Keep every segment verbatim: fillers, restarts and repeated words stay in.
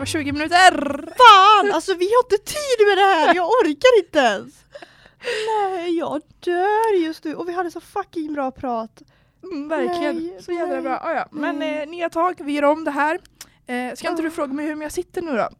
på tjugo minuter. Fan, alltså vi har inte tid med det här. Jag orkar inte ens. Nej, jag dör just nu. Och vi hade så fucking bra prat. Mm, verkligen, Nej, så jävla nej. bra. Ah, ja. Men Mm. eh, nya tag, vi gör om det här. Eh, ska inte du fråga mig hur jag sitter nu då?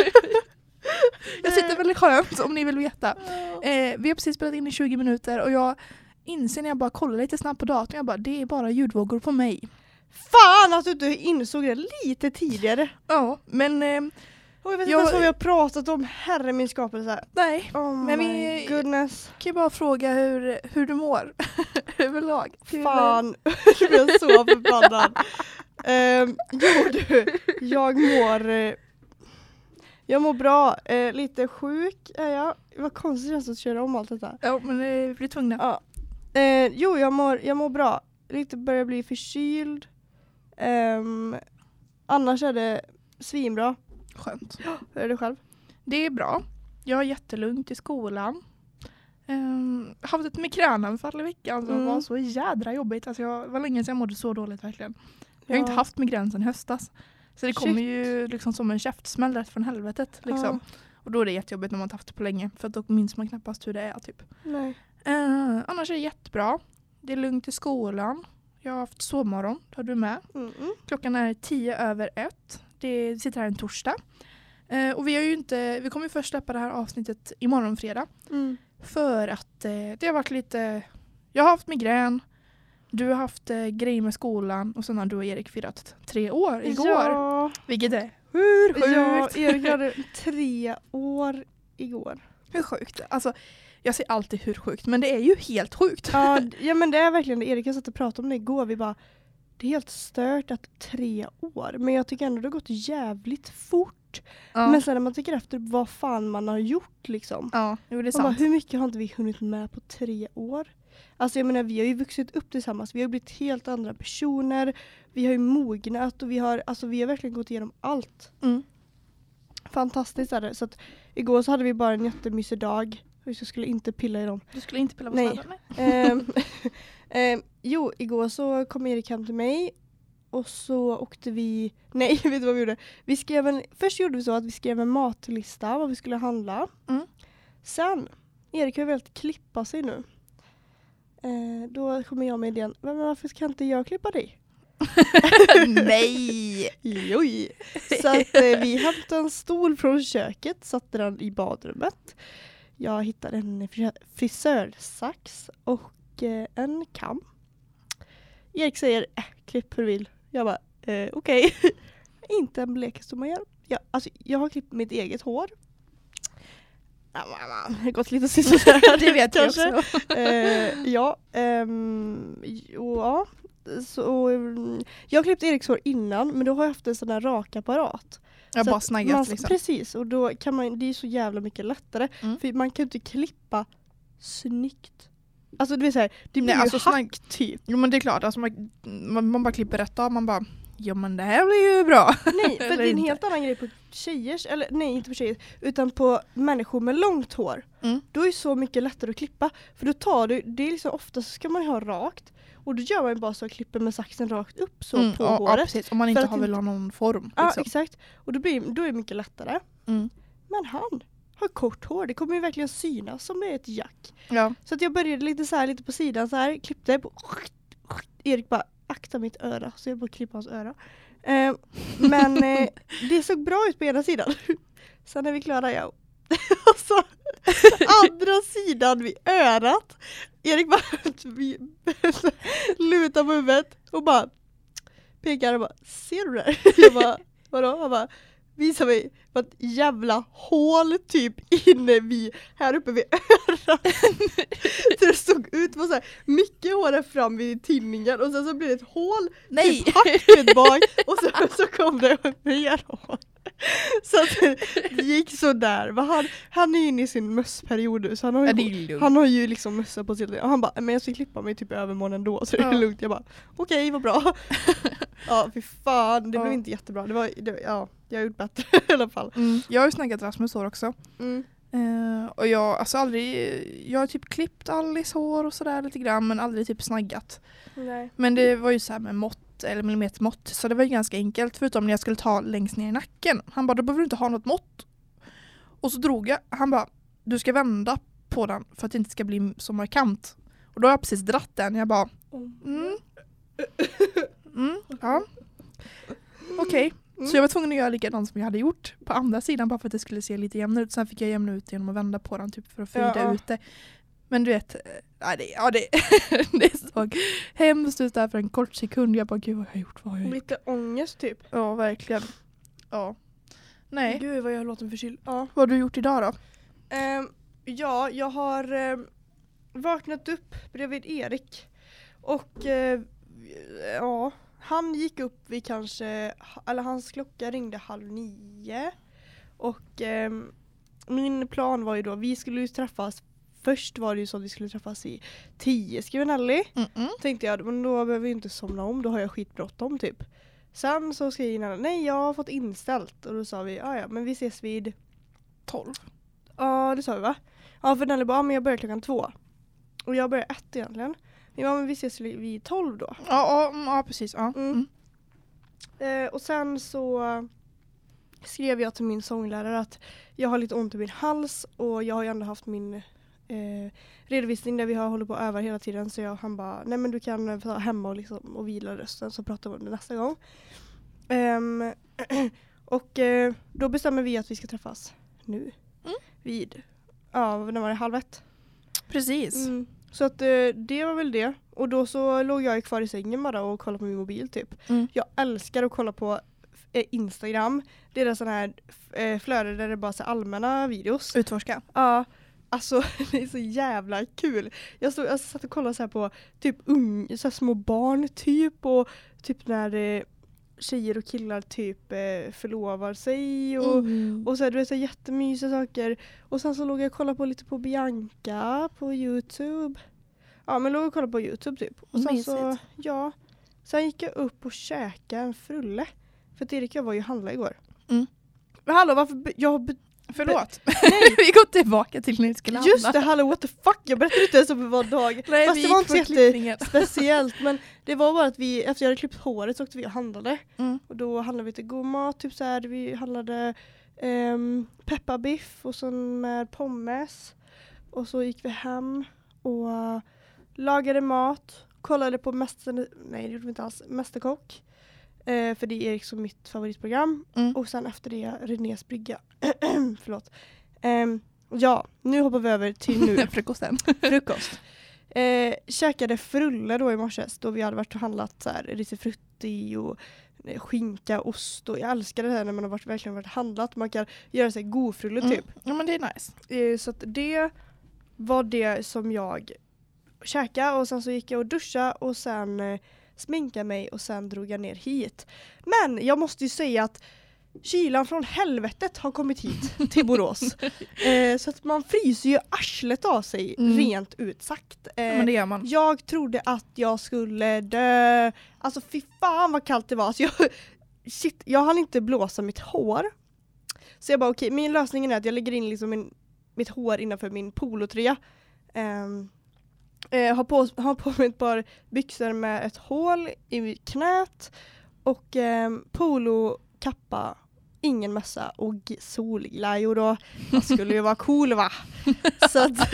Jag sitter väldigt skönt om ni vill veta. Eh, vi har precis spelat in i tjugo minuter och jag inser när jag bara kollar lite snabbt på datorn, jag bara, det är bara ljudvågor på mig. Fan att du inte insåg det lite tidigare. Ja, men eh, Och jag vet inte Jag- ens vad vi har pratat om. Herre min skapelse. nej, Oh Men my vi- goodness. kan jag bara fråga hur, hur du mår överlag. Hur- Fan, jag blir så förbannad. um, jo du, jag mår eh, jag mår bra. Eh, lite sjuk är jag. Vad konstigt det är att köra om allt detta. Ja, men eh, vi blir tvungna. Ja. Eh, jo, jag mår, jag mår bra. Lite börjar bli förkyld. Um, annars är det svinbra. Skönt. Hur är det själv? Det är bra. Jag har jättelugnt i skolan. Um, haft ett migränanfall i veckan som Mm. var så jädra jobbigt. Alltså jag var länge sedan jag mådde så dåligt verkligen. Jag har Ja. inte haft migrän sedan höstas. Så det kommer Shit. ju liksom som en käftsmäll rätt från helvetet. Liksom. Och då är det jättejobbigt när man inte haft det på länge. För att då minns man knappast hur det är typ. Nej. Uh, annars är det jättebra. Det är lugnt i skolan. Jag har haft sovmorgon. Tar du med? Mm -mm. Klockan är tio över ett. Det vi sitter här en torsdag. Uh, och vi har ju inte, vi kommer ju först släppa det här avsnittet imorgon fredag. Mm. För att eh, det har varit lite... Jag har haft migrän. Du har haft eh, grejer med skolan. Och sen har du och Erik firat tre år igår. Ja. Vilket är hur sjukt. Ja, Erik hade tre år igår. Hur sjukt. Alltså, jag säger alltid hur sjukt. Men det är ju helt sjukt. Ja, d- ja men det är verkligen det. Erik har satt och pratat om det igår. Vi bara, det är helt stört att tre år. Men jag tycker ändå det har gått jävligt fort. Ja, Men sen när man tänker efter vad fan man har gjort liksom. ja jo, det är Man bara, sant. hur mycket har inte vi hunnit med på tre år? Alltså jag menar, vi har ju vuxit upp tillsammans. Vi har blivit helt andra personer. Vi har ju mognat och vi har, alltså vi har verkligen gått igenom allt. Mm. Fantastiskt är det. Så att igår så hade vi bara en jättemysig dag. Och jag skulle inte pilla i dem. Du skulle inte pilla på Nej. sladden, nej. Ehm, ehm, jo, igår så kom Erik hem till mig. Och så åkte vi... Nej, vet du vad vi gjorde? Vi skrev en, först gjorde vi så att vi skrev en matlista. Vad vi skulle handla. Mm. Sen, Erik har ju velat klippa sig nu. Eh, då kommer jag med idén. Men varför kan inte jag klippa dig? Nej! Joj. Så att eh, vi hämtade en stol från köket. Satte den i badrummet. Jag hittade en frisö- frisörsax och eh, en kam. Erik säger, äh, klipp hur du vill. Jag bara, eh, okej. Okay. Inte en blekest man gör. Jag, alltså, jag har klippt mitt eget hår. Ja, det har gått lite sist där. Det vet jag kanske. också. Eh, ja, ehm, jo, ja. Så, mm, jag har klippt Eriks hår innan, men då har jag haft en sån här rakapparat. Jag Så bara att snaggat man, liksom. Precis, och då kan man, det är så jävla mycket lättare. Mm. För man kan ju inte klippa snyggt. Alltså det vill säga, det blir Nej, ju alltså, hack snagg- typ. Jo men det är klart, alltså, man, man, man bara klipper rätt av, man bara, jo men det här blir ju bra. Nej, för Eller det är en inte. helt annan grej på tjejers, eller nej inte på tjejer, utan på människor med långt hår. Mm. Då är det så mycket lättare att klippa. För då tar du, det är liksom ofta så ska man ha rakt. Och då gör man ju bara så att klipper med saxen rakt upp så Mm, på ja, ja, håret. precis. Om man För inte att har inte- väl ha någon form. Ja, Liksom. exakt. Och då, blir, då är det mycket lättare. Mm. Men han har kort hår. Det kommer ju verkligen synas som det är ett jack. Ja. Så att jag började lite så här, lite på sidan så här, klippte på. Erik bara, akta mitt öra. Så jag bara klippa hans öra. Eh, men eh, det såg bra ut på ena sidan. Sen är vi klara, ja. Och så andra sidan vid örat. Erik bara lutar på huvudet och bara pekar och bara, ser du det? Jag bara, vadå? Han bara, visa mig vad ett jävla hål typ inne vid, här uppe vid örat. Så det såg ut på så här, mycket hår där fram vid tinningen och sen så blev det ett hål, Nej! typ hacket bak och så, så kom det mer hår. Så att det, det gick så där. Men han, han är ju inne i sin mössperiod nu, så han har Ja, det är ju, lugnt. han har ju liksom mössa på sig. Och han bara, men jag ska klippa mig typ övermorgon ändå, så det är Ja. lugnt. Jag bara, okej, vad bra. Ja, fy fan, det Ja. blev inte jättebra. Det var, det, ja, jag har gjort bättre i alla fall. Mm. Jag har ju snaggat Rasmus hår också. Mm. Uh, och jag alltså aldrig, jag har typ klippt Alice hår och sådär lite grann, men aldrig typ snaggat. Nej. Men det var ju så här med mått mått eller millimetermått. Så det var ju ganska enkelt förutom när jag skulle ta längst ner i nacken. Han bara, då behöver du inte ha något mått. Och så drog jag. Han bara, du ska vända på den för att det inte ska bli så markant. Och då har jag precis dratt den. Jag bara, mm. Mm, ja. Okej. Okay. Så jag var tvungen att göra likadant som jag hade gjort på andra sidan bara för att det skulle se lite jämnare ut. Sen fick jag jämna ut genom att vända på den typ för att frida ja. ut det. Men du vet, ja, det, ja, det, det såg hemskt ut där för en kort sekund. Jag bara, gud vad har jag gjort? Vad har jag gjort? Lite ångest typ. Ja, verkligen. Ja. Nej. Gud vad jag låter förkyld. Ja. Vad har du gjort idag då? Um, ja, jag har um, vaknat upp bredvid Erik. Och uh, ja, han gick upp vid kanske, eller hans klocka ringde halv nio. Och um, min plan var ju då, vi skulle ju träffas. Först var det ju så att vi skulle träffas i tio, skrev Nelly. Mm-mm. Tänkte jag, men då behöver vi inte somna om, då har jag skitbråttom typ. Sen så skrev Nelly, nej jag har fått inställt. Och då sa vi, ja ja, men vi ses vid tolv. Ja, det sa vi va? Ja, för Nelly bara, men jag börjar klockan två. Och jag börjar ett egentligen. Ja, men vi ses vid tolv då. Ja, ja, ja precis. Ja. Mm. Mm. Eh, och sen så skrev jag till min sånglärare att jag har lite ont i min hals. Och jag har ju ändå haft min eh, redovisning där vi har hållit på att öva hela tiden. Så jag, han bara, nej men du kan ta hemma och, liksom, och vila rösten så pratar vi om det nästa gång. Um, och eh, då bestämmer vi att vi ska träffas nu. Mm. Vid, ja, när var det halv ett? Precis. Mm. Så att eh, det var väl det. Och då så låg jag kvar i sängen bara och kollade på min mobil typ. Mm. Jag älskar att kolla på eh, Instagram. Det är sån här eh, flöde där det bara är allmänna videos. Utforska. Ja, alltså det är så jävla kul. Jag, stod, jag satt och kollade så här på typ ung, så här små barn typ. Och typ när eh, tjejer och killar typ eh, förlovar sig. Och, mm. och så här, du vet så jättemysiga saker. Och sen så låg jag och kollade på lite på Bianca på YouTube. Ja, men låg och kollade på YouTube typ. Och sen så, ja. Sen gick jag upp och käkade en frulle. För att Erik och jag var ju handla igår. Mm. Men hallå, varför... Jag be- Förlåt. Nej. Vi går tillbaka till när vi skulle handla. Just det, hallå, what the fuck. Jag berättade inte ens om vad dag. Nej, fast vi det var inte så jättespeciellt. Men det var bara att vi, efter jag hade klippt håret så åkte vi och handlade. Mm. Och då handlade vi till god mat. Typ så här, vi handlade um, pepparbiff och så med pommes. Och så gick vi hem och uh, lagade mat. Kollade på mäster... Nej, det gjorde vi inte alls. Mästerkock. Uh, för det är Eriks och mitt favoritprogram. Mm. Och sen efter det Renés brygga. Förlåt. Um, ja, nu hoppar vi över till nu. Frukosten. Frukost. Uh, käkade frulle då i morse. Då vi hade varit och handlat så här risifrutti och skinka, ost. Och jag älskar det här när man har varit, verkligen varit handlat. Man kan göra sig god frulle typ. Mm. Ja, men det är nice. Uh, så att det var det som jag käkade. Och sen så gick jag och duscha och sen... Uh, sminka mig och sen drog jag ner hit. Men jag måste ju säga att kylan från helvetet har kommit hit till Borås. eh, så att man fryser ju arslet av sig, mm. rent ut sagt. Eh, Men det gör man. Jag trodde att jag skulle dö. Alltså fy fan vad kallt det var. Så jag, shit, jag hann inte blåsa mitt hår. Så jag bara okej, okay, min lösning är att jag lägger in liksom min, mitt hår innanför min polotröja. Um, Eh, har, på, har på mig ett par byxor med ett hål i knät och eh, polokappa, ingen mössa och g- solglajor då. Jag skulle ju vara cool va? Så att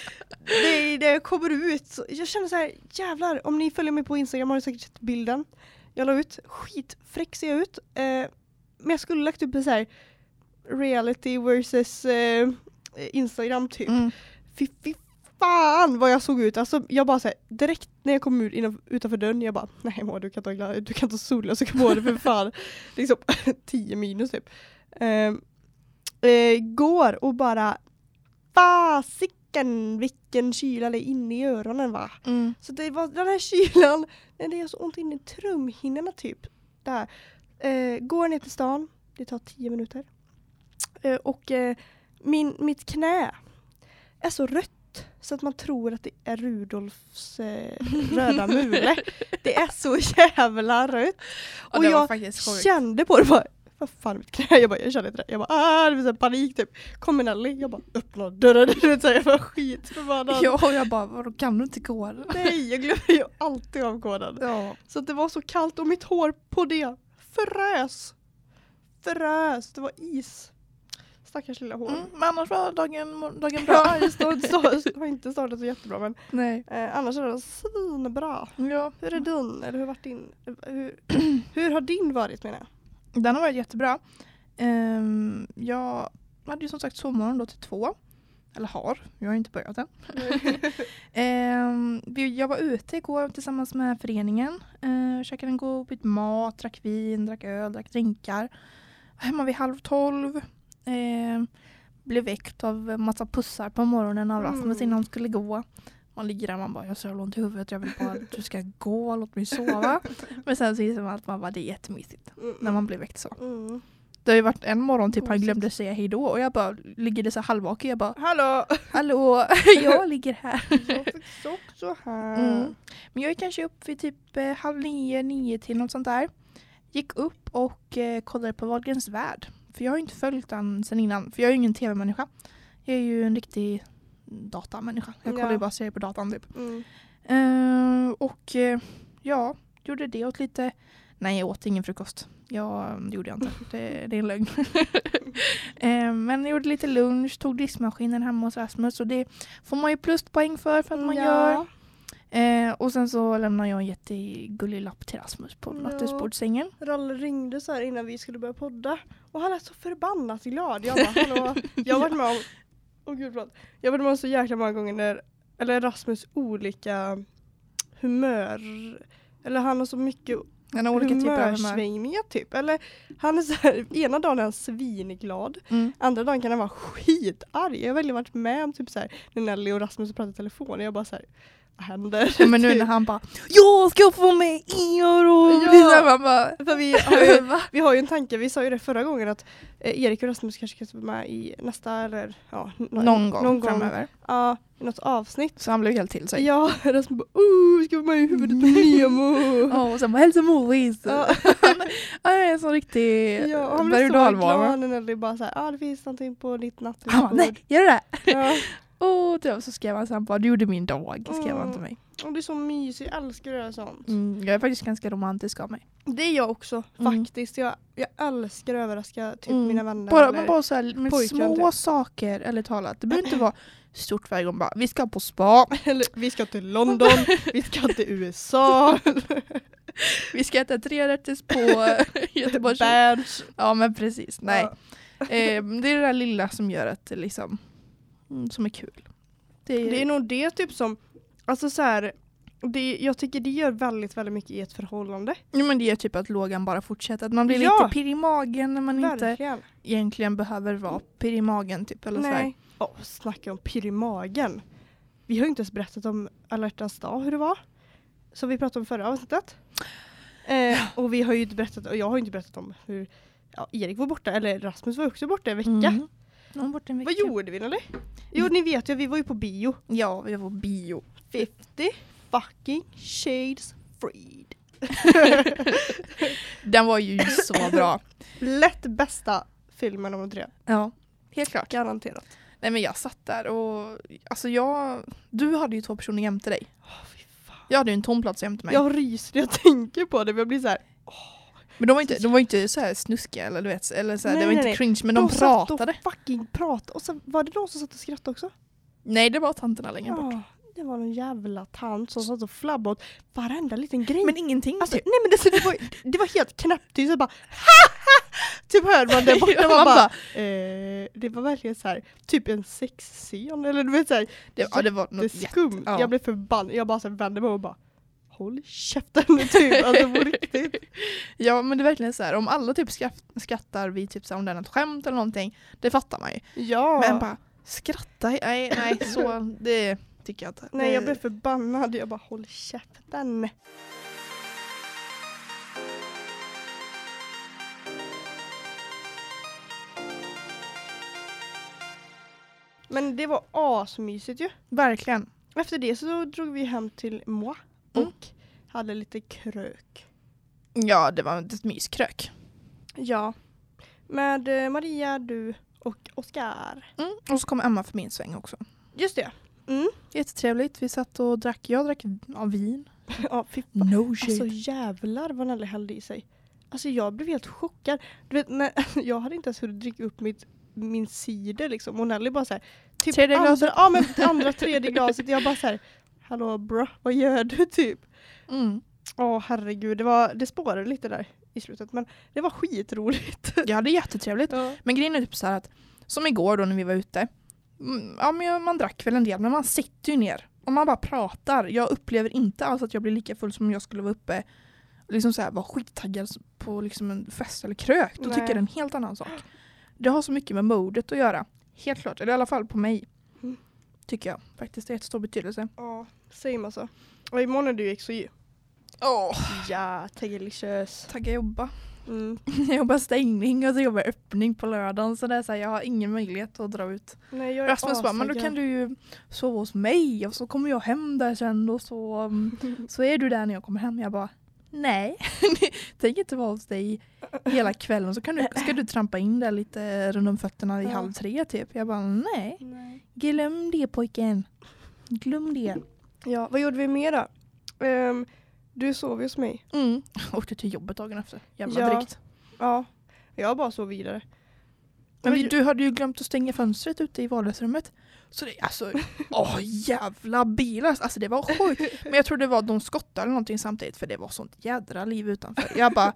det, det kommer ut. Så jag känner så här, jävlar, om ni följer mig på Instagram har ni säkert sett bilden. Jag la ut, skitfräck ser jag ut. Eh, men jag skulle lagt upp en så här reality versus eh, Instagram typ. Mm. Fy, fy fan vad jag såg ut. Alltså jag bara så här, direkt när jag kom ut innan, utanför dörren, jag bara nej må, du kan ta glad, du kan ta sola så kan det för fan. Liksom tio minus typ. Eh, eh, går och bara fasiken vilken kyla det är inne i öronen va. Mm. Så det var den här kylan, när det är så ont inne i trumhinnorna typ. Där. Eh, går ner till stan, det tar tio minuter. Eh, och eh, min, mitt knä är så rött så att man tror att det är Rudolfs eh, röda mule. Det är så jävla rött. Och, och jag kände på det bara, vad fan är mitt knä? Jag bara, jag känner inte det. Jag bara, ah, det var så panik typ. Kommer Nelly, jag bara, öppna dörren. Du vet, så jag var skitförbannad. Ja, och jag bara, vadå, kan du inte gå? Nej, jag glömmer ju alltid av koden. Ja. Så att det var så kallt och mitt hår på det frös. Frös, det var is. Stackars lilla hår. Mm, men annars var dagen, dagen bra. Ja, det stod, stod, har inte startat så jättebra, men Nej. eh, annars är det svinbra. Ja. Hur är din? Eller hur har din? Hur, hur har din varit, menar jag? Den har varit jättebra. Um, jag hade ju som sagt sovmorgon då till två. Eller har, jag har inte börjat än. um, jag var ute igår tillsammans med föreningen. Uh, käkade en god bit mat, drack vin, drack öl, drack drinkar. Hemma vid halv tolv. Uh, blev väckt av massa pussar på morgonen av Rasmus mm. innan han skulle gå. Man ligger där och man bara, jag har så ont i huvudet, jag vill bara att du ska gå, låt mig sova. Men sen så inser man att man bara, det är jättemysigt mm. när man blir väckt så. Mm. Det har ju varit en morgon typ han glömde säga hej då och jag bara ligger det så halvvaken, jag bara, hallå, hallå, jag ligger här. Jag fick också här. Mm. Men jag är kanske upp vid typ eh, halv nio, nio till något sånt där. Gick upp och eh, kollade på Wahlgrens värld. För jag har ju inte följt den sen innan, för jag är ju ingen tv-människa. Jag är ju en riktig datamänniska. Jag kollar ja. ju bara serier på datan typ. Mm. Uh, och uh, ja, gjorde det åt lite. Nej, jag åt ingen frukost. Ja, det gjorde jag inte. Det, det är en lögn. uh, men jag gjorde lite lunch, tog diskmaskinen hemma hos Rasmus och det får man ju pluspoäng för för att man ja. gör. Uh, och sen så lämnade jag en jättegullig lapp till Rasmus på ja. nattduksbordssängen. Ralle ringde så här innan vi skulle börja podda och han är så förbannat glad. Jag bara, hallå, jag har varit med om Åh oh, gud, förlåt. Jag var med så jäkla många gånger när, eller Rasmus olika humör, eller han har så mycket han har olika typer av humörsvängningar typ. Eller han är så här, ena dagen är han svinglad, mm. andra dagen kan han vara skitarg. Jag har väldigt varit med om typ så här, när Nelly och Rasmus pratar i telefon och jag bara så här, vad händer? Ja, men nu när han bara, jag ska få med er och ja, man bara, för vi, har ju, vi har ju en tanke, vi sa ju det förra gången att eh, Erik och Rasmus kanske ska vara med i nästa eller ja, n- någon gång någon framöver. Ja, i något avsnitt. Så han blev helt till sig. Ja, Rasmus bara, oh, ska vara med i huvudet på Nemo. Ja, och sen bara, hälsa Movis. Ja, jag är så riktigt ja, han blev så glad när det bara så här, ja, ah, det finns någonting på ditt nattduksbord. Han bara, nej, gör det. Ja. Och då så skrev han sen bara, du gjorde min dag, skrev mm. han till mig. Och det är så mysigt, jag älskar det här sånt. Mm, jag är faktiskt ganska romantisk av mig. Det är jag också, mm. faktiskt. Jag, jag älskar att överraska typ mm. mina vänner. Bara, eller bara så här, med små saker, eller talat. Det behöver inte vara stort varje gång bara, vi ska på spa. Eller vi ska till London, vi ska till U S A. Vi ska äta tre rätters på Göteborgs. Ja, men precis. Nej. Ja. Eh, det är det där lilla som gör att liksom, mm, som är kul. Det är, det är nog det typ som, alltså så här, det, jag tycker det gör väldigt, väldigt mycket i ett förhållande. Ja, men det är typ att lågan bara fortsätter. Att man blir ja, lite pirr i magen när man verkligen. inte egentligen behöver vara pirr i magen typ. Eller nej. Så oh, snacka om pirr i magen. Vi har ju inte ens berättat om alla hjärtans dag, hur det var. Som vi pratade om förra avsnittet. Eh, och vi har ju inte berättat, och jag har ju inte berättat om hur ja, Erik var borta, eller Rasmus var också borta en vecka. Mm. Bort en vecka. Vad gjorde vi, eller? Jo, ni vet ju, vi var ju på bio. Ja, vi var på bio. fifty fucking shades freed. Den var ju så bra. Lätt bästa filmen om de tre. Ja, helt klart. Garanterat. Nej, men jag satt där och alltså jag, du hade ju två personer jämte dig. Oh, fy fan. Jag hade ju en tom plats jämte mig. Jag ryser, jag tänker på det, men jag blir så här. Oh. Men de var inte, de var inte så här snuskiga eller du vet, eller så här, nej, det var nej, inte nej. cringe, men de, de pratade. De fucking pratade. Och så var det någon som satt och skrattade också? Nej, det var tanterna längre bort. Oh, det var en jävla tant som satt och flabbade åt varenda liten grej. Men ingenting. Alltså, nej, men det, det, var, det var helt knäppt. Så bara, typ hörde man det borta. Man bara, bara eh, det var verkligen så här, typ en sexscen. Eller du vet så här, det, ja, det var något skumt. Ja. Jag blev förbannad. Jag bara så vände mig och bara, håll käften typ, alltså på riktigt. Ja, men det är verkligen så här, om alla typ skrattar vid typ så här, om det är något skämt eller någonting, det fattar man ju. Ja. Men bara skratta, nej, nej, så det tycker jag inte. Nej, jag blev förbannad. Jag bara, håll käften. Men det var asmysigt ju. Verkligen. Efter det så drog vi hem till Moa och mm. hade lite krök. Ja, det var ett myskrök. Ja. Med eh, Maria, du och Oskar. Mm. Och så kom Emma för min sväng också. Just det. Mm. Jättetrevligt. Vi satt och drack. Jag drack av vin. Ja, fy fan. No shit. Alltså jävlar vad Nelly hällde i sig. Alltså jag blev helt chockad. Du vet, när, jag hade inte ens hunnit dricka upp mitt, min cider liksom. Och Nelly bara så här. Typ tredje andra, glaset. ja men andra, tredje glaset. Jag bara så här. Hallå bro, vad gör du typ? Mm. Åh herregud, det, var, det spårade lite där i slutet. Men det var skitroligt. Jag hade jättetrevligt. Ja. Men grejen är typ så här att som igår då när vi var ute. mm, Ja men man drack väl en del. Men man sitter ju ner. Och man bara pratar. Jag upplever inte alls att jag blir lika full som om jag skulle vara uppe. Liksom så här, var skittaggad på liksom en fest eller krök. Då Nej. tycker jag det är en helt annan sak. Det har så mycket med modet att göra. Helt klart. Eller i alla fall på mig. Mm. Tycker jag. Faktiskt det är ett stor betydelse. Ja, same alltså. Och imorgon är du X O J. Åh, Ja, delicious. tagga jobba. Mm. Jag jobbar stängning och så jobbar jag öppning på lördagen. Så det är så här, jag har ingen möjlighet att dra ut. Nej, jag är Rasmus bara, men då kan du ju sova hos mig. Och så kommer jag hem där sen. Och så, um, så är du där när jag kommer hem. Jag bara, nej. Tänk inte vara hos dig hela kvällen. Så kan du, ska du trampa in där lite runt om fötterna i Ja. halv tre typ. Jag bara, nej. Nej. Glöm det pojken. Glöm det. Ja, vad gjorde vi mer då? Um, du sov ju hos mig. Mm. Åkte till jobbet dagen efter. Jävla Ja. drygt. Ja, jag bara sov vidare. Men vi, Vad du hade ju glömt att stänga fönstret ute i vardagsrummet. Så det, alltså, åh jävla bilar. Alltså det var sjukt. Men jag tror det var de skottade eller någonting samtidigt. För det var sånt jädra liv utanför. Jag bara,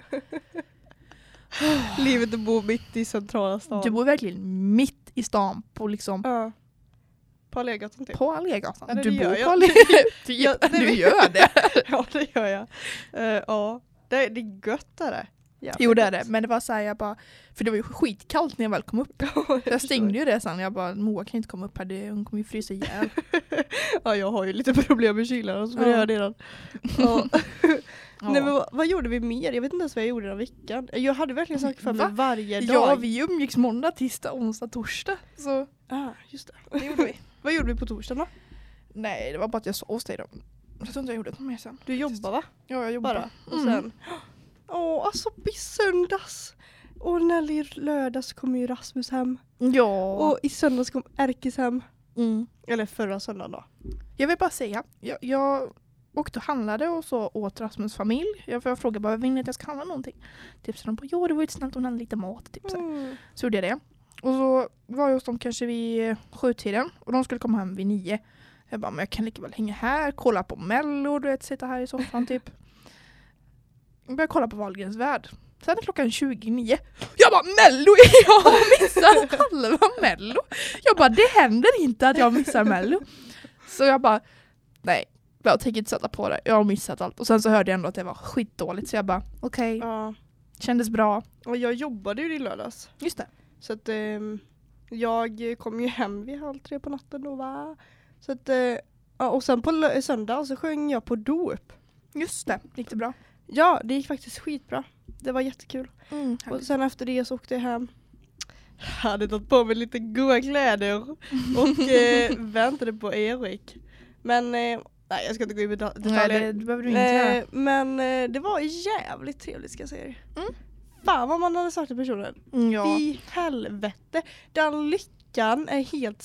Livet att bo mitt i centrala stan. du bor verkligen mitt i stan på liksom, Ja. På Allégatan typ. på Allégatan. Ja, det du gör bor jag. på Allégatan. Typ, Ja, det du vet- gör det. Ja, det gör jag. Uh, ja, det, det är gött är det. Jävla Jo det är det. gött. Men det var så här, jag bara, för det var ju skitkallt när jag väl kom upp. Så jag stängde ju det sen. Jag bara, Moa kan inte komma upp här. Det, hon kommer ju frysa ihjäl. Ja, jag har ju lite problem med kylan så får Ja. jag göra det redan. Ja. Ja. Nej, men vad, vad gjorde vi mer? Jag vet inte ens vad jag gjorde den veckan. Jag hade verkligen saker för mig Va? varje dag. Ja, vi umgicks måndag, tisdag, onsdag, torsdag. Så Ah, just det. det gjorde vi. Vad gjorde vi på torsdagen då? Nej, det var bara att jag sov hos dig då. Jag tror inte jag gjorde något mer sen. Du jobbar va? Ja, jag jobbar. Bara. Och Mm. sen... Åh, alltså i söndags. Och Nelly i lördags kom ju Rasmus hem. Ja. Och i söndags kom Erkis hem. mm. Eller förra söndagen då. Jag vill bara säga, jag, jag åkte och handlade och så åt Rasmus familj. Jag, jag frågade bara, vill ni att jag ska handla någonting? Typ så de på, jo det var ju snällt hon hade lite mat. Typ, så. Mm. så gjorde jag det. Och så var jag hos dem kanske vid sjutiden och de skulle komma hem vid nio. Jag bara, men jag kan lika väl hänga här, kolla på Mello, du vet, sitta här i soffan typ. Jag började kolla på Wahlgrens värld. Sen är klockan tjugonio. Jag bara, Mello! Jag har missat halva Mello. Jag bara, det händer inte att jag missar Mello. Så jag bara, nej, jag tänker inte sätta på det. Jag har missat allt. Och sen så hörde jag ändå att det var skitdåligt. Så jag bara, okej, okay. Ja. Kändes bra. Och jag jobbade ju i lördags. Just det. Så att ehm, jag kom ju hem vid halv tre på natten då va. Så att, eh, ja, och sen på lö- söndag så sjöng jag på dop. Just det, gick det bra? Ja, det gick faktiskt skitbra. Det var jättekul. Mm, Och sen efter det så åkte jag hem. Jag hade tagit på mig lite goda kläder. Och eh, väntade på Erik. Men, eh, nej jag ska inte gå in i deta- Nej, detaljer. det, det behöver du inte göra. Eh, men eh, det var jävligt trevligt ska jag säga det. Mm. Fan vad man hade sagt till personen. Mm, ja. I helvete. Den lyckan är helt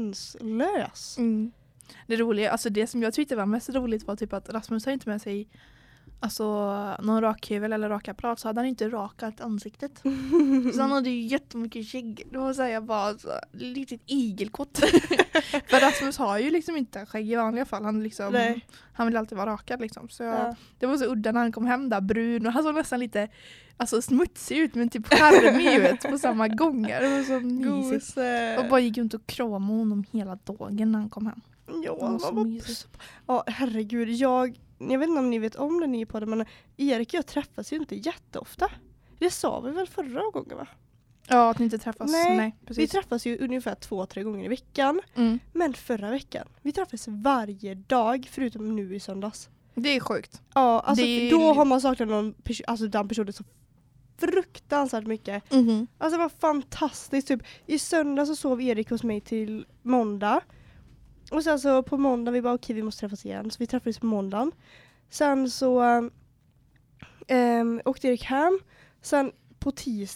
sanslös. Mm. Det roliga, alltså det som jag tyckte var mest roligt var typ att Rasmus har inte med sig alltså någon rakhyvel eller rakapparat, så hade han inte rakat ansiktet. Så han hade ju jättemycket skägg. Det var så här, jag bara så, litet igelkott. För Rasmus har ju liksom inte skägg i vanliga fall. Han liksom Nej. han vill alltid vara rakad liksom. Så jag, Ja. det var så udda när han kom hem där, brun, och han såg nästan lite alltså smutsig ut men typ charmig ut på samma gång. Det var så mysigt. Gose. Och bara gick runt och kramade honom hela dagen när han kom hem. Ja, Det var så vad mysigt. ja, herregud. Jag, jag vet inte om ni vet om det ni på det, men Erik och jag träffas ju inte jätteofta. Det sa vi väl förra gången va? Ja, att ni inte träffas. Nej, Nej, Vi precis. träffas ju ungefär två, tre gånger i veckan. Mm. Men förra veckan, vi träffas varje dag förutom nu i söndags. Det är sjukt. Ja, alltså Det är- då har man saknat någon perso- alltså den personen så fruktansvärt mycket. Mm. Alltså det var fantastiskt. Typ, i söndag så sov Erik hos mig till måndag. Och sen så på måndag vi bara okej vi måste träffas igen. Så vi träffades på måndagen. Sen så ähm, åkte Erik hem. Sen på tisdagen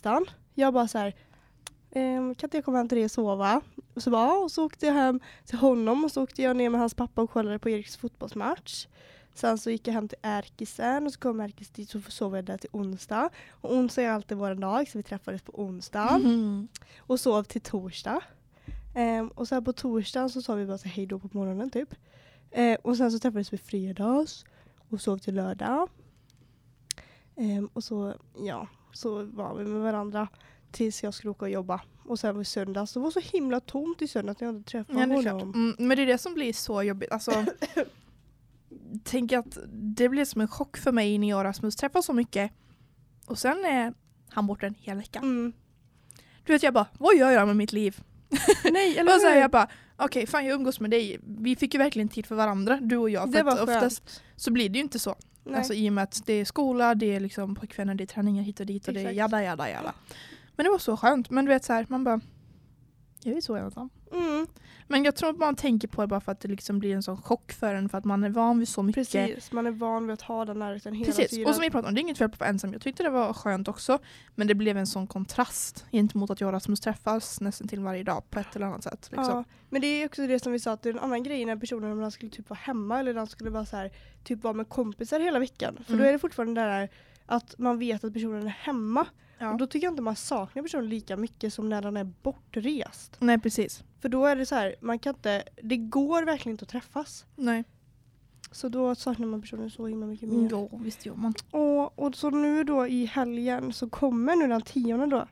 Jag bara så här, ehm, kan inte jag komma hem till dig och sova? Och så bara, och så åkte jag hem till honom och så åkte jag ner med hans pappa och kollade på Eriks fotbollsmatch. Sen så gick jag hem till Erkisen och så kom Erkis dit och så sov jag där till onsdag. Och onsdag är alltid vår dag så vi träffades på onsdag. Mm. Och sov till torsdag. Ehm, och sen på torsdagen så sa vi bara så hej då på morgonen typ. Ehm, och sen så träffades vi fredags och sov till lördag. Ehm, och så, ja, så var vi med varandra tills jag skulle åka och jobba. Och sen var det söndag så det var så himla tomt i söndag att jag inte träffade Ja, det är honom. klart. Mm, men det är det som blir så jobbigt. Alltså, tänk att det blir som en chock för mig när jag och Rasmus träffar så mycket. Och sen är han borta en hel vecka. Mm. Du vet, jag bara, vad gör jag med mitt liv? Nej, eller Och så hur? jag bara, okej, okay, fan jag umgås med dig. Vi fick ju verkligen tid för varandra, du och jag. För Det var att oftast skönt. så blir det ju inte så. Nej. Alltså i och med att det är skola, det är liksom pojkvänner, det är träningar hit och dit och det är Exakt. jada, jada, jada. Men det var så skönt. Men du vet så här, man bara, jag är så ensam. Mm. Men jag tror att man tänker på det bara för att det liksom blir en sån chock för en. För att man är van vid så mycket. Precis, man är van vid att ha den närheten hela Precis, tiden. och som vi pratade om, det är inget fel på att vara ensam. Jag tyckte det var skönt också. Men det blev en sån kontrast gentemot att jag och Rasmus träffas nästan till varje dag på ett eller annat sätt. Liksom. Ja, men det är också det som vi sa att det är en annan grej när personen när skulle typ vara hemma eller de skulle vara så här, typ vara med kompisar hela veckan. För Mm. då är det fortfarande det där att man vet att personen är hemma. Ja. Och då tycker jag inte man saknar personen lika mycket som när den är bortrest. Nej, precis. För då är det så här, man kan inte, det går verkligen inte att träffas. Nej. Så då saknar man personen så himla mycket mer. Ja, visst gör man. Och, och så nu då i helgen så kommer nu den tionde då.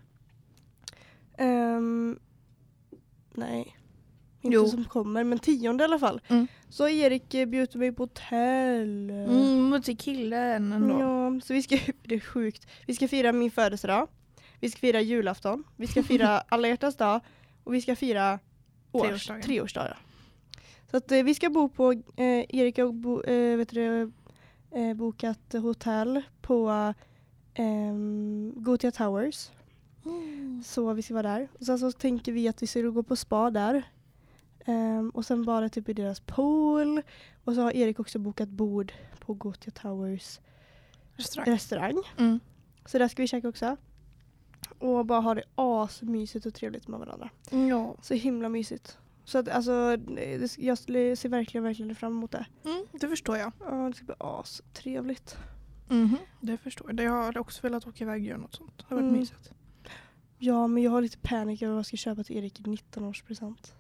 Ehm, nej. Inte Jo. som kommer, men tionde i alla fall. Mm. Så Erik eh, bjöd mig på hotell. Mm, till killen ändå. Ja, så vi ska, det är sjukt. Vi ska fira min födelsedag. Vi ska fira julafton. Vi ska fira alla hjärtans dag. Och vi ska fira års, Treårsdagen. treårsdagar. Så att eh, vi ska bo på, eh, Erik har bo, eh, vet du, eh, bokat hotell på eh, Gothia Towers. Mm. Så vi ska vara där. Och sen så tänker vi att vi ska gå på spa där. Um, och sen bara typ i deras pool. Och så har Erik också bokat bord på Gothia Towers Restaurang. restaurang. Mm. Så där ska vi käka också. Och bara ha det asmysigt och trevligt med varandra. Ja. Så himla mysigt. Så att alltså, det, jag ser verkligen, verkligen fram emot det. Mm, det förstår jag. Ja, det ska bli as trevligt. Mhm, det förstår jag. Jag har också velat åka iväg och göra något sånt. Det har varit Mm. mysigt. Ja, men jag har lite panik över vad jag ska köpa till Erik i nitton-årspresent.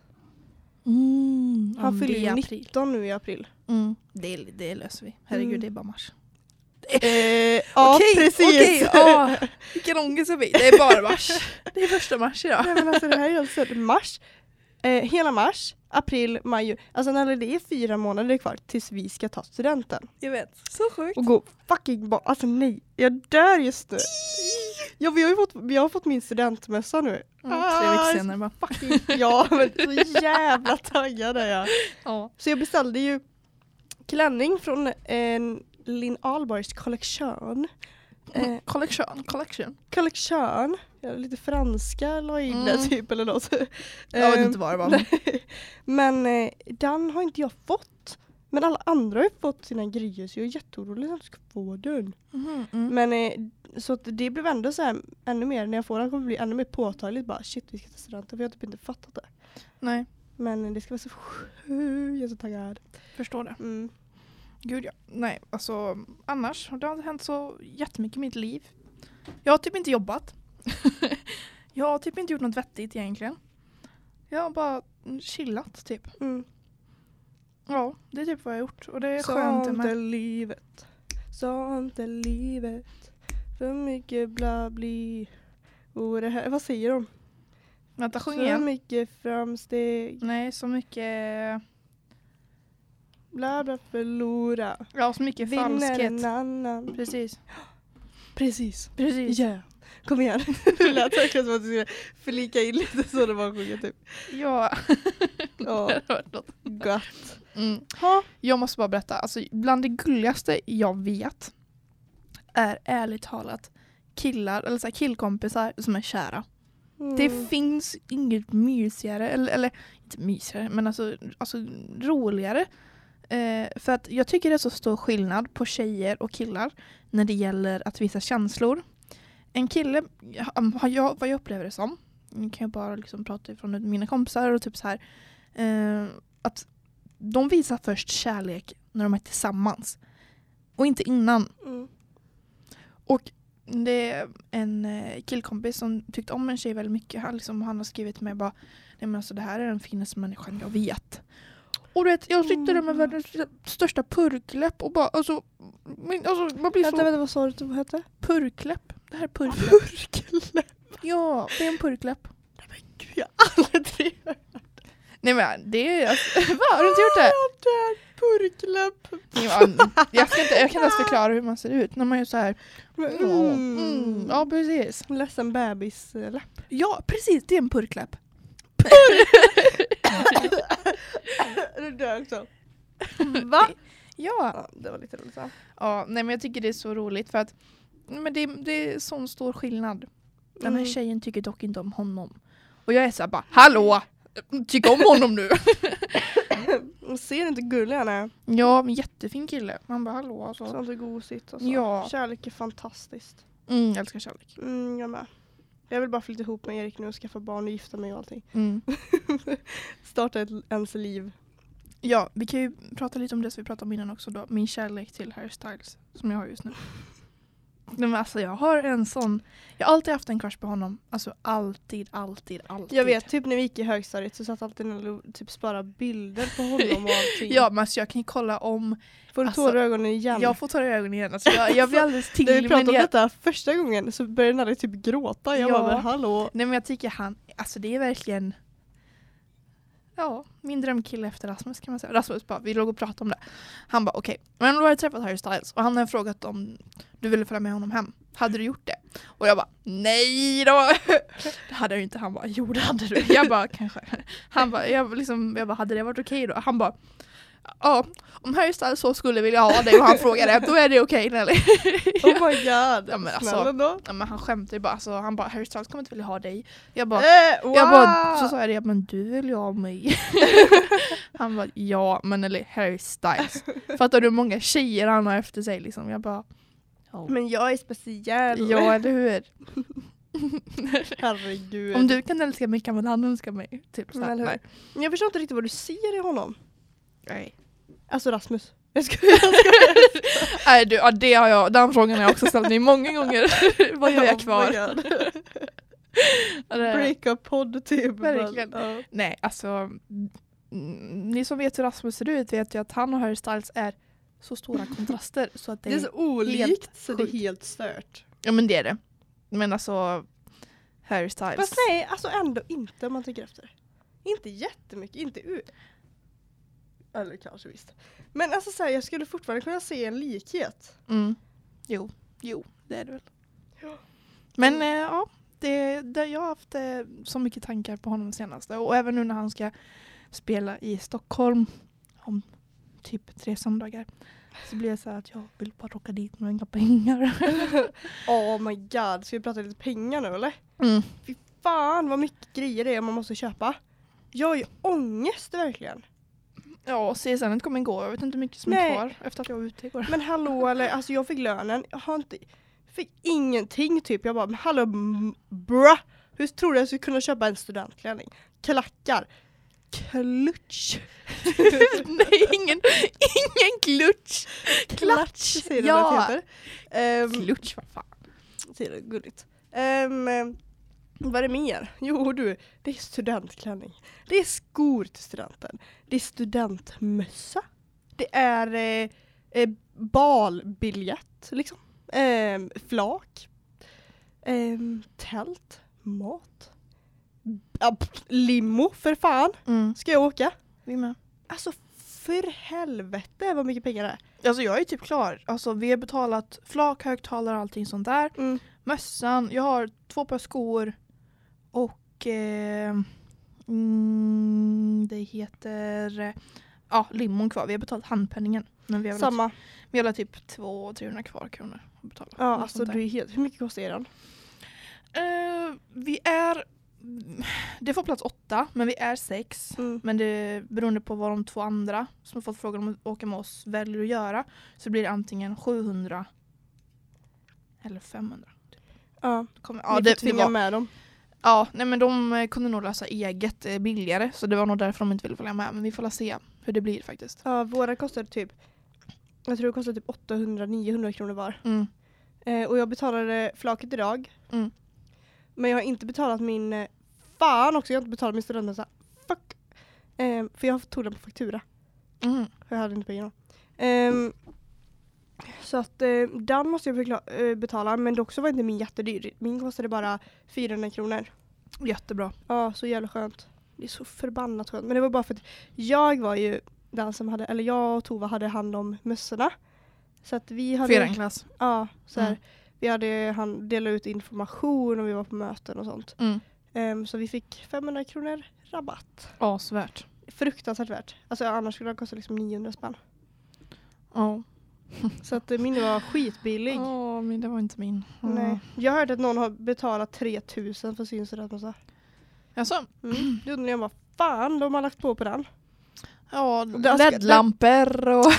Mm, Han om det fyller är ju april. nitton nu i april. Mm, det, det löser vi. Herregud, Mm. det är bara mars. Eh, ja, Okej, precis. okej, ja. Vilken ångest jag fick. Det är bara mars. Det är första mars idag. Nej, men alltså det här är helt sött. Mars, eh, hela mars, april, maj, juni. Alltså när det är fyra månader kvar tills vi ska ta studenten. Jag vet. Så sjukt. Och gå fucking bort. Alltså nej, jag dör just nu. Ja, vi har ju fått, vi har fått min studentmössa nu. Mm, tre veckor senare bara. Fucking, ja, men så jävla taggad är jag. Ja. Så jag beställde ju klänning från en Linn Ahlborgs kollektion. Eh, Collection, collection. kollektion. Ja, lite franska lojda Mm. typ eller något. Jag vet Ehm, inte vad det var. Men. Men eh, den har inte jag fått. Men alla andra har ju fått sina grejer så jag är jätteorolig att jag ska få den. Mm, mm. Men eh, så att det blev ändå så här ännu mer när jag får den kommer det bli ännu mer påtagligt bara shit vi ska ta studenten för jag har typ inte fattat det. Nej, Men det ska vara så sjukt, jag är så taggad. förstår det. Mm. Gud ja. Nej, alltså annars har det inte hänt så jättemycket i mitt liv. Jag har typ inte jobbat. Jag har typ inte gjort något vettigt egentligen. Jag har bara chillat typ. Mm. Ja, det är typ vad jag har gjort. Och det är skönt Sånt är med. livet. Sånt är livet. För mycket bla bli. Och det här, vad säger de? Vänta, sjung För igen. mycket framsteg. Nej, så mycket. Bla bla förlora. Ja, så mycket Vinner falskhet. en annan. Precis. Precis. Precis. Ja. Kom igen. Det lät verkligen som att du skulle förlika in lite så det var sjukt typ. Ja. Ja. Det har varit något. Gott. Mm. Ha. Jag måste bara berätta. Alltså, bland det gulligaste jag vet är ärligt talat killar, eller så här killkompisar som är kära. Mm. Det finns inget mysigare, eller, eller inte mysigare, men alltså, alltså roligare. Eh, för att jag tycker det är så stor skillnad på tjejer och killar när det gäller att visa känslor. en kille, har jag, vad jag upplever det som, nu kan jag bara liksom prata ifrån mina kompisar och typ så här, eh, att de visar först kärlek när de är tillsammans och inte innan. Mm. Och det är en eh, killkompis som tyckte om en tjej väldigt mycket. Han, liksom, han har skrivit till mig bara, nej men alltså det här är den finaste människan jag vet. Och du vet, jag sitter där med världens största purkläpp och bara, alltså, men, alltså man blir Vänta, så... vänta, vad sa du att det hette? Purkläpp. Det här är purkläpp. Purkläpp? Ja, det är en purkläpp. Nej men gud, jag har aldrig hört. Nej men, det är... Alltså, va? Har du inte gjort det? Purkläpp. Ja, jag, ska inte, jag kan inte ens förklara hur man ser ut när man är så här. Mm. Mm, ja, precis. Ledsen bebisläpp. Ja, precis. Det är en purkläpp. Du dör också. Va? Ja. Ja, det var lite roligt. Så. Ja, nej men jag tycker det är så roligt för att men det, det är sån stor skillnad. Den här Mm. tjejen tycker dock inte om honom. Och jag är så här bara, hallå! Tycker om honom nu. Ser inte gullig han är? Ja, men jättefin kille. Man bara, hallå alltså. Sånt är gosigt alltså. Ja. Kärlek är fantastiskt. Mm, jag älskar kärlek. Mm, jag med. Jag vill bara flytta ihop med Erik nu och skaffa barn och gifta mig och allting. Mm. Starta ett ens liv. Ja, vi kan ju prata lite om det som vi pratade om innan också då. Min kärlek till Harry Styles som jag har just nu. Men alltså jag har en sån, jag har alltid haft en crush på honom. Alltså alltid, alltid, alltid. Jag vet, typ när vi gick i högstadiet så satt alltid när typ spara bilder på honom och allting. Ja, men alltså jag kan ju kolla om... Får du alltså, tårar i ögonen igen? Jag får tårar i ögonen igen. Alltså jag, jag blir alldeles till. När vi pratade men om jag, detta första gången så började Nalle typ gråta. Jag Ja. bara, men hallå. Nej men jag tycker han, alltså det är verkligen... Ja, min drömkille efter Rasmus kan man säga. Rasmus bara, vi låg och pratade om det. Han bara, okej, okay, men du har träffat Harry Styles och han har frågat om du ville följa med honom hem. Hade du gjort det? Och jag bara, nej då! Det hade jag ju inte. Han bara, jo det hade du. Jag bara, kanske. Han bara, jag, liksom, jag bara, hade det varit okej okay då? Han bara, ja, om Harry Styles så skulle vilja ha dig och han frågade, då är det okej, okay, Nelly. Oh my god. Ja, men alltså, Snälla då. Ja, men han skämtade ju bara, alltså, han bara, Harry Styles kommer inte vilja ha dig. Jag bara, Eh, wow. jag bara, så sa jag det, men du vill ju ha mig. Han bara, ja, men eller Harry Styles. Fattar du hur många tjejer han har efter sig liksom? Jag bara, oh. Men jag är speciell. Ja, eller hur? Herregud. Om du kan älska mig kan väl han älska mig. Typ så här. Men, Nej. Men jag förstår inte riktigt vad du ser i honom. Nej. Alltså Rasmus. Jag ska, jag ska. Nej, du, ja, det har jag, den frågan har jag också ställt mig många gånger. Vad gör jag Oh kvar? my God. Ja, det- Break-up-podd typ. Verkligen. Men, ja. Nej, alltså mm, ni som vet hur Rasmus ser ut vet ju att han och Harry Styles är så stora kontraster så att det, Det är så olikt helt så det är sjukt. helt stört. Ja, men det är det. Men alltså Harry Styles. Fast nej, alltså ändå inte om man tänker efter. Inte jättemycket, inte u. Eller kanske visst. Men alltså så här, jag skulle fortfarande kunna se en likhet. Mm. Jo, jo, det är det väl. Ja. Men eh, ja, det, det, jag har haft eh, så mycket tankar på honom senaste. Och även nu när han ska spela i Stockholm om typ tre söndagar. Så blir det så här att jag vill bara åka dit med inga pengar. Oh my god, ska vi prata lite pengar nu eller? Mm. Fy fan vad mycket grejer det är man måste köpa. Jag har ju ångest verkligen. Ja, C S N kommer gå. Jag vet inte hur mycket som Nej. är kvar efter att jag var ute igår. Men hallå, eller alltså jag fick lönen. Jag har inte, fick ingenting typ. Jag bara, men hallå m- bra. Hur tror du jag skulle kunna köpa en studentklänning? Klackar. Klutch. Nej, ingen, ingen klutch. Klatsch. Säger de Ja. att det heter. Um, Klutch, vad fan. Säger det, gulligt. Um, vad är det mer? Jo du, det är studentklänning. Det är skor till studenten. Det är studentmössa. Det är eh, eh, balbiljett liksom. Um, flak. Um, tält. Mat. Ah, pff, limo för fan. Mm. Ska jag åka? Vi med. Alltså för helvete vad mycket pengar det är. Alltså jag är typ klar. Alltså vi har betalat flak, högtalare och allting sånt där. Mm. Mössan, jag har två par skor och eh, mm, det heter eh, ja, limon kvar. Vi har betalat handpenningen. Men vi har, Samma. väl, vi har typ två trehundra kvar kronor att betala. Ja, Något alltså sånt där. du är helt, hur mycket kostar den? Eh, vi är det får plats åtta, men vi är sex. Mm. Men det beroende på vad de två andra som har fått frågan om att åka med oss väljer att göra så blir det antingen sjuhundra eller femhundra. Ja, Kommer, ja ja, det, det, får det tvinga var, med dem. ja, nej men de eh, kunde nog lösa eget eh, billigare. Så det var nog därför de inte ville följa med. Men vi får la se hur det blir faktiskt. Ja, våra kostade typ, jag tror det kostade typ åttahundra till niohundra kronor var. Mm. Eh, och jag betalade flaket idag. Mm. Men jag har inte betalat min, eh, fan också, jag har inte betalat min studentmössa. Fuck. Eh, för jag tog den på faktura. Mm. För jag hade inte pengarna. Um, så att eh, den måste jag förkla- eh, betala. Men dock så var inte min jättedyr. Min kostade bara fyrahundra kronor. Jättebra. Ja, så jävla skönt. Det är så förbannat skönt. Men det var bara för att jag var ju den som hade, eller jag och Tova hade hand om mössorna. Så att vi hade... För en klass. Ja, så här. Mm. Vi hade han delat ut information och vi var på möten och sånt. Mm. Um, så vi fick femhundra kronor rabatt. Asvärt. Fruktansvärt värt. Alltså annars skulle det kosta liksom niohundra spänn. Ja. Så att eh, min var skitbillig. Ja, men det var inte min. Mm. Nej. Jag hörde att någon har betalat tre tusen för sin studentmössa. Alltså, Mm. Då undrar jag bara, fan, de har lagt på på den. ja, Det- L E D-lampor och...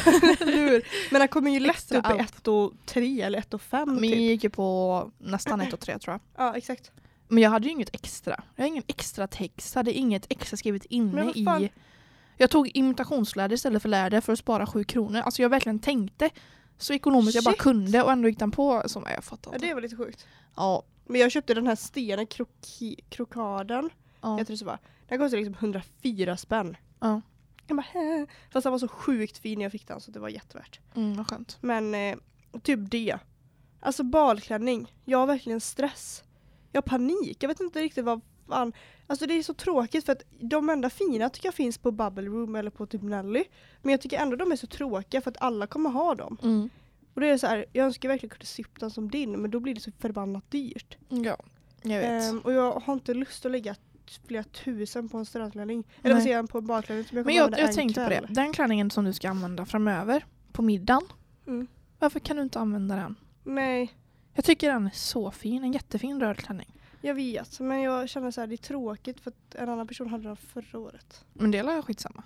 Men den kommer ju lätt Extra upp i allt. ett och tre eller ett och fem Men typ. jag gick ju på nästan ett och tre tror jag. Ja, exakt. Men jag hade ju inget extra. Jag hade ingen extra text. Hade inget extra skrivit inne Men vad fan? i... Jag tog imitationslärare istället för lärare för att spara sju kronor. Alltså jag verkligen tänkte så ekonomiskt jag bara Shit. kunde och ändå gick den på som jag fattat. Ja, det var lite sjukt. Ja. Men jag köpte den här stenen, kroki, krokaden. Ja. Jag tror så var. Den kostade liksom hundrafyra spänn. Ja. Jag bara, Hä? Fast den var så sjukt fin när jag fick den så det var jättevärt. Mm, vad skönt. Men eh, typ det. Alltså balklänning. Jag har verkligen stress. Jag har panik. Jag vet inte riktigt vad fan. Alltså det är så tråkigt för att de enda fina tycker jag finns på Bubble Room eller på typ Nelly. Men jag tycker ändå de är så tråkiga för att alla kommer ha dem. Mm. Och det är så här, jag önskar verkligen kunna sy upp den som din men då blir det så förbannat dyrt. Ja, jag vet. Ehm, och jag har inte lust att lägga flera tusen på en studentklänning. Eller vad Nej. säger jag, på en balklänning som jag Men kommer jag, använda jag en tänkte på kväll. det. Den klänningen som du ska använda framöver på middagen. Mm. Varför kan du inte använda den? Nej, Jag tycker den är så fin. En jättefin röd klänning. jag vet. Men jag känner så här, det är tråkigt för att en annan person hade den förra året. Men det är skitsamma.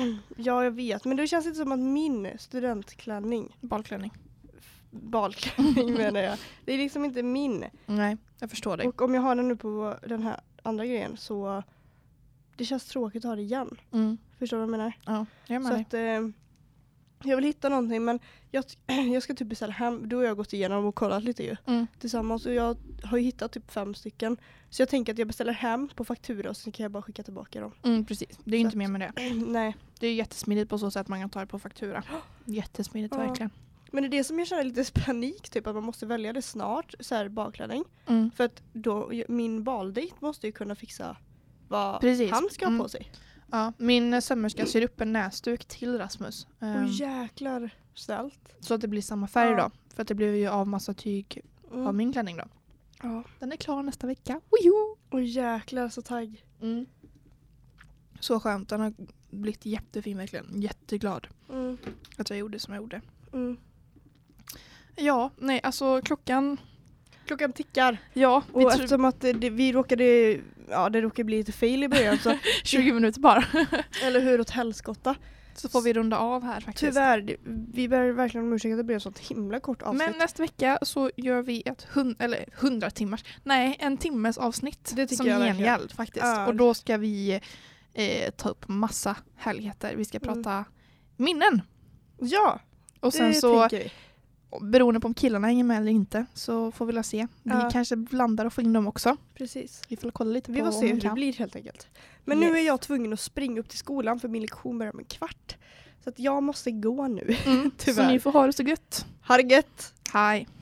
Ja, jag vet. Men det känns inte som att min studentklänning, Balklänning. balklänning menar jag, det är liksom inte min. Nej, jag förstår dig. Och om jag har den nu på den här andra grejen så det känns tråkigt att ha det igen. Mm. Förstår du vad jag menar? Ja, jag är med Så dig. att eh, jag vill hitta någonting men jag, jag ska typ beställa hem. Du och jag har gått igenom och kollat lite ju Mm. tillsammans och jag har ju hittat typ fem stycken. Så jag tänker att jag beställer hem på faktura och så kan jag bara skicka tillbaka dem. Mm, precis. Det är ju Så inte mer med det. Nej. Det är jättesmidigt på så sätt man kan ta det på faktura. Jättesmidigt Ja. verkligen. Men det är det som jag känner lite panik typ att man måste välja det snart så här bakklänning. Mm. För att då min baldejt måste ju kunna fixa vad Precis. han ska ha Mm. på sig. Ja, min sömmerska syr upp en näsduk till Rasmus. Åh Um, jäklar, snällt. så att det blir samma färg Ja. då. För att det blir ju av massa tyg Mm. av min klänning då. Ja. Den är klar nästa vecka. Wojo! Åh jäklar, så tagg. Mm. Så skönt. Den har blivit jättefin verkligen. Jätteglad Mm. att jag gjorde som jag gjorde. Mm. Ja, nej alltså klockan... Klockan tickar. Ja, vi Och tror eftersom att det, det, vi råkade, ja det råkade bli lite fail i början så, tjugo minuter bara. eller hur, åt helskotta. Så får vi runda av här faktiskt. Tyvärr, det- vi ber verkligen om ursäkt att det blev ett sånt himla kort avsnitt. Men nästa vecka så gör vi ett hund, eller hundra timmars, nej en timmes avsnitt Det tycker som jag verkligen. gengäld faktiskt. Ja. Och då ska vi eh, ta upp massa härligheter. Vi ska Mm. prata minnen. Ja, Och sen det så, tänker vi. beroende på om killarna hänger med eller inte, så får vi la se. Vi Ja. kanske blandar och får in dem också. Precis. Vi får kolla lite Vi på får om se de hur det kan. blir helt enkelt. Men Yes. nu är jag tvungen att springa upp till skolan för min lektion börjar om en kvart. Så att jag måste gå nu. Mm. Så Tyvärr. ni får ha det så gött. Ha det gött! Hej!